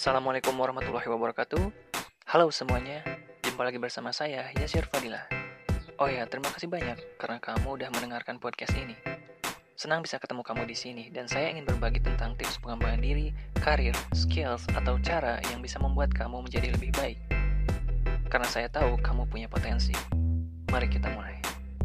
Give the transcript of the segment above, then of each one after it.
Assalamualaikum warahmatullahi wabarakatuh. Halo semuanya, jumpa lagi bersama saya, Yasir Fadila. Oh ya, terima kasih banyak karena kamu udah mendengarkan podcast ini. Senang bisa ketemu kamu di sini dan saya ingin berbagi tentang tips pengembangan diri, karir, skills, atau cara yang bisa membuat kamu menjadi lebih baik. Karena saya tahu kamu punya potensi. Mari kita mulai.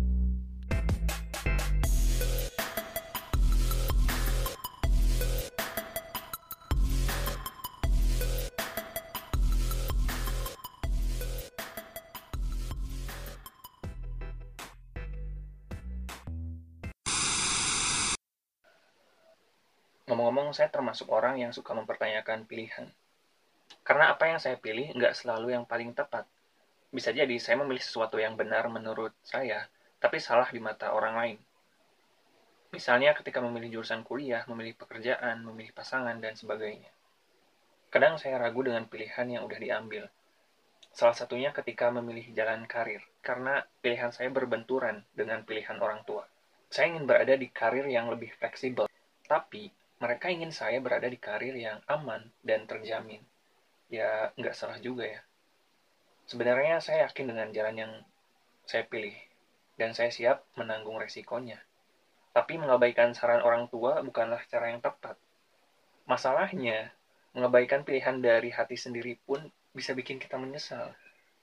Ngomong-ngomong, saya termasuk orang yang suka mempertanyakan pilihan. Karena apa yang saya pilih nggak selalu yang paling tepat. Bisa jadi saya memilih sesuatu yang benar menurut saya, tapi salah di mata orang lain. Misalnya ketika memilih jurusan kuliah, memilih pekerjaan, memilih pasangan, dan sebagainya. Kadang saya ragu dengan pilihan yang udah diambil. Salah satunya ketika memilih jalan karir, karena pilihan saya berbenturan dengan pilihan orang tua. Saya ingin berada di karir yang lebih fleksibel, tapi mereka ingin saya berada di karir yang aman dan terjamin. Ya, nggak salah juga ya. Sebenarnya saya yakin dengan jalan yang saya pilih, dan saya siap menanggung resikonya. Tapi mengabaikan saran orang tua bukanlah cara yang tepat. Masalahnya, mengabaikan pilihan dari hati sendiri pun bisa bikin kita menyesal.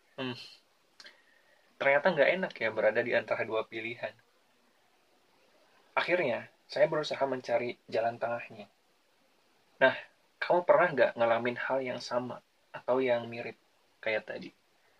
Ternyata nggak enak ya berada di antara dua pilihan. Akhirnya, saya berusaha mencari jalan tengahnya. Nah, kamu pernah nggak ngalamin hal yang sama atau yang mirip kayak tadi?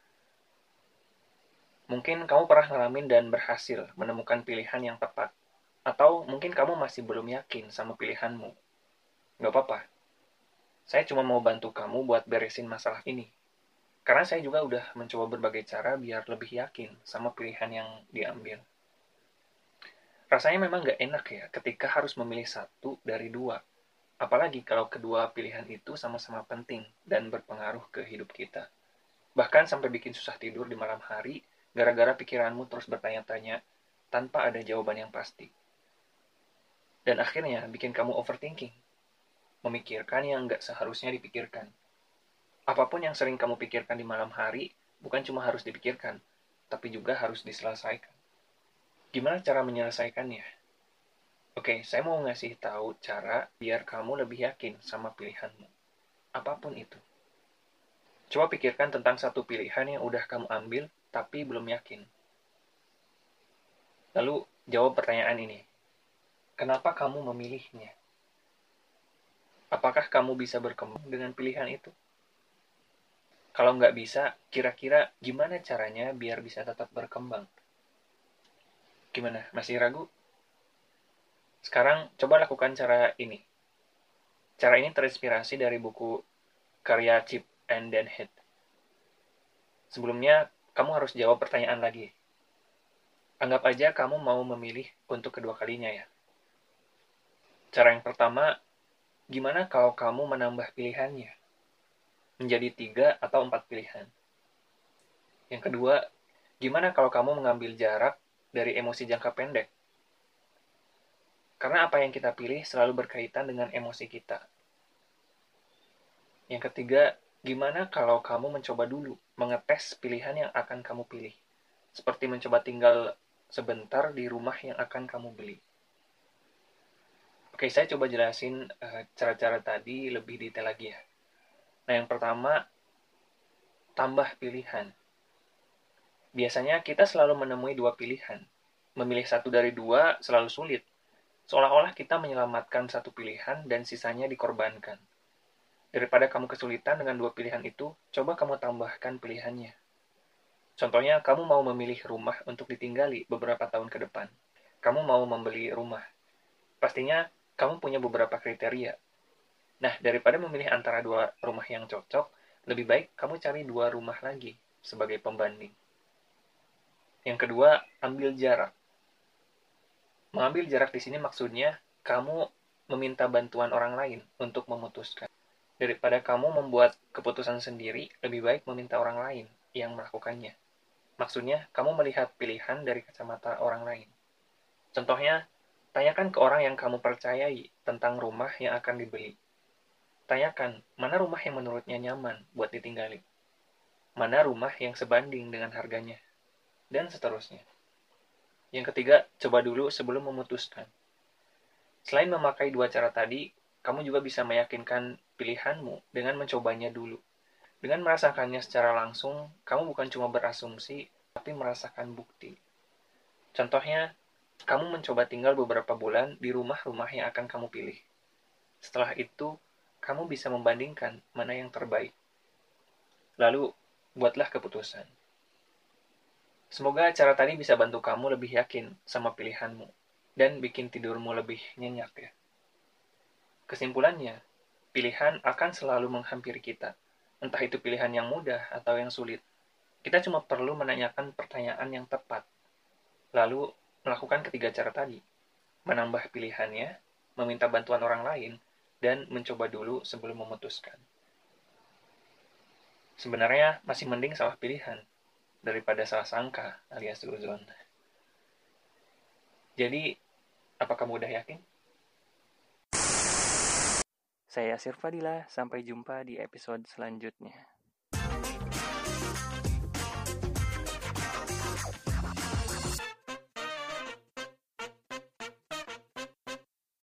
Mungkin kamu pernah ngalamin dan berhasil menemukan pilihan yang tepat. Atau mungkin kamu masih belum yakin sama pilihanmu. Nggak apa-apa. Saya cuma mau bantu kamu buat beresin masalah ini. Karena saya juga udah mencoba berbagai cara biar lebih yakin sama pilihan yang diambil. Rasanya memang nggak enak ya ketika harus memilih satu dari dua. Apalagi kalau kedua pilihan itu sama-sama penting dan berpengaruh ke hidup kita. Bahkan sampai bikin susah tidur di malam hari gara-gara pikiranmu terus bertanya-tanya tanpa ada jawaban yang pasti. Dan akhirnya bikin kamu overthinking. Memikirkan yang nggak seharusnya dipikirkan. Apapun yang sering kamu pikirkan di malam hari, bukan cuma harus dipikirkan, tapi juga harus diselesaikan. Gimana cara menyelesaikannya? Oke, saya mau ngasih tahu cara biar kamu lebih yakin sama pilihanmu. Apapun itu. Coba pikirkan tentang satu pilihan yang udah kamu ambil, tapi belum yakin. Lalu, jawab pertanyaan ini. Kenapa kamu memilihnya? Apakah kamu bisa berkembang dengan pilihan itu? Kalau nggak bisa, kira-kira gimana caranya biar bisa tetap berkembang? Gimana? Masih ragu? Sekarang, coba lakukan cara ini. Cara ini terinspirasi dari buku karya Chip and Dan Heath. Sebelumnya, kamu harus jawab pertanyaan lagi. Anggap aja kamu mau memilih untuk kedua kalinya ya. Cara yang pertama, gimana kalau kamu menambah pilihannya? Menjadi 3 atau 4 pilihan. Yang kedua, gimana kalau kamu mengambil jarak dari emosi jangka pendek? Karena apa yang kita pilih selalu berkaitan dengan emosi kita. Yang ketiga, gimana kalau kamu mencoba dulu mengetes pilihan yang akan kamu pilih? Seperti mencoba tinggal sebentar di rumah yang akan kamu beli. Oke, saya coba jelasin cara-cara tadi lebih detail lagi ya. Nah, yang pertama, tambah pilihan. Biasanya kita selalu menemui dua pilihan. Memilih satu dari dua selalu sulit. Seolah-olah kita menyelamatkan satu pilihan dan sisanya dikorbankan. Daripada kamu kesulitan dengan dua pilihan itu, coba kamu tambahkan pilihannya. Contohnya, kamu mau memilih rumah untuk ditinggali beberapa tahun ke depan. Kamu mau membeli rumah. Pastinya, kamu punya beberapa kriteria. Nah, daripada memilih antara dua rumah yang cocok, lebih baik kamu cari dua rumah lagi sebagai pembanding. Yang kedua, ambil jarak. Mengambil jarak di sini maksudnya kamu meminta bantuan orang lain untuk memutuskan. Daripada kamu membuat keputusan sendiri, lebih baik meminta orang lain yang melakukannya. Maksudnya, kamu melihat pilihan dari kacamata orang lain. Contohnya, tanyakan ke orang yang kamu percayai tentang rumah yang akan dibeli. Tanyakan, mana rumah yang menurutnya nyaman buat ditinggali? Mana rumah yang sebanding dengan harganya? Dan seterusnya. Yang ketiga, coba dulu sebelum memutuskan. Selain memakai dua cara tadi, kamu juga bisa meyakinkan pilihanmu dengan mencobanya dulu. Dengan merasakannya secara langsung, kamu bukan cuma berasumsi, tapi merasakan bukti. Contohnya, kamu mencoba tinggal beberapa bulan di rumah-rumah yang akan kamu pilih. Setelah itu, kamu bisa membandingkan mana yang terbaik. Lalu, buatlah keputusan. Semoga cara tadi bisa bantu kamu lebih yakin sama pilihanmu dan bikin tidurmu lebih nyenyak ya. Kesimpulannya, pilihan akan selalu menghampiri kita. Entah itu pilihan yang mudah atau yang sulit. Kita cuma perlu menanyakan pertanyaan yang tepat. Lalu, melakukan ketiga cara tadi. Menambah pilihannya, meminta bantuan orang lain, dan mencoba dulu sebelum memutuskan. Sebenarnya masih mending salah pilihan daripada salah sangka alias suzon. Jadi, apa kamu udah yakin? Saya Yasir Fadila, sampai jumpa di episode selanjutnya.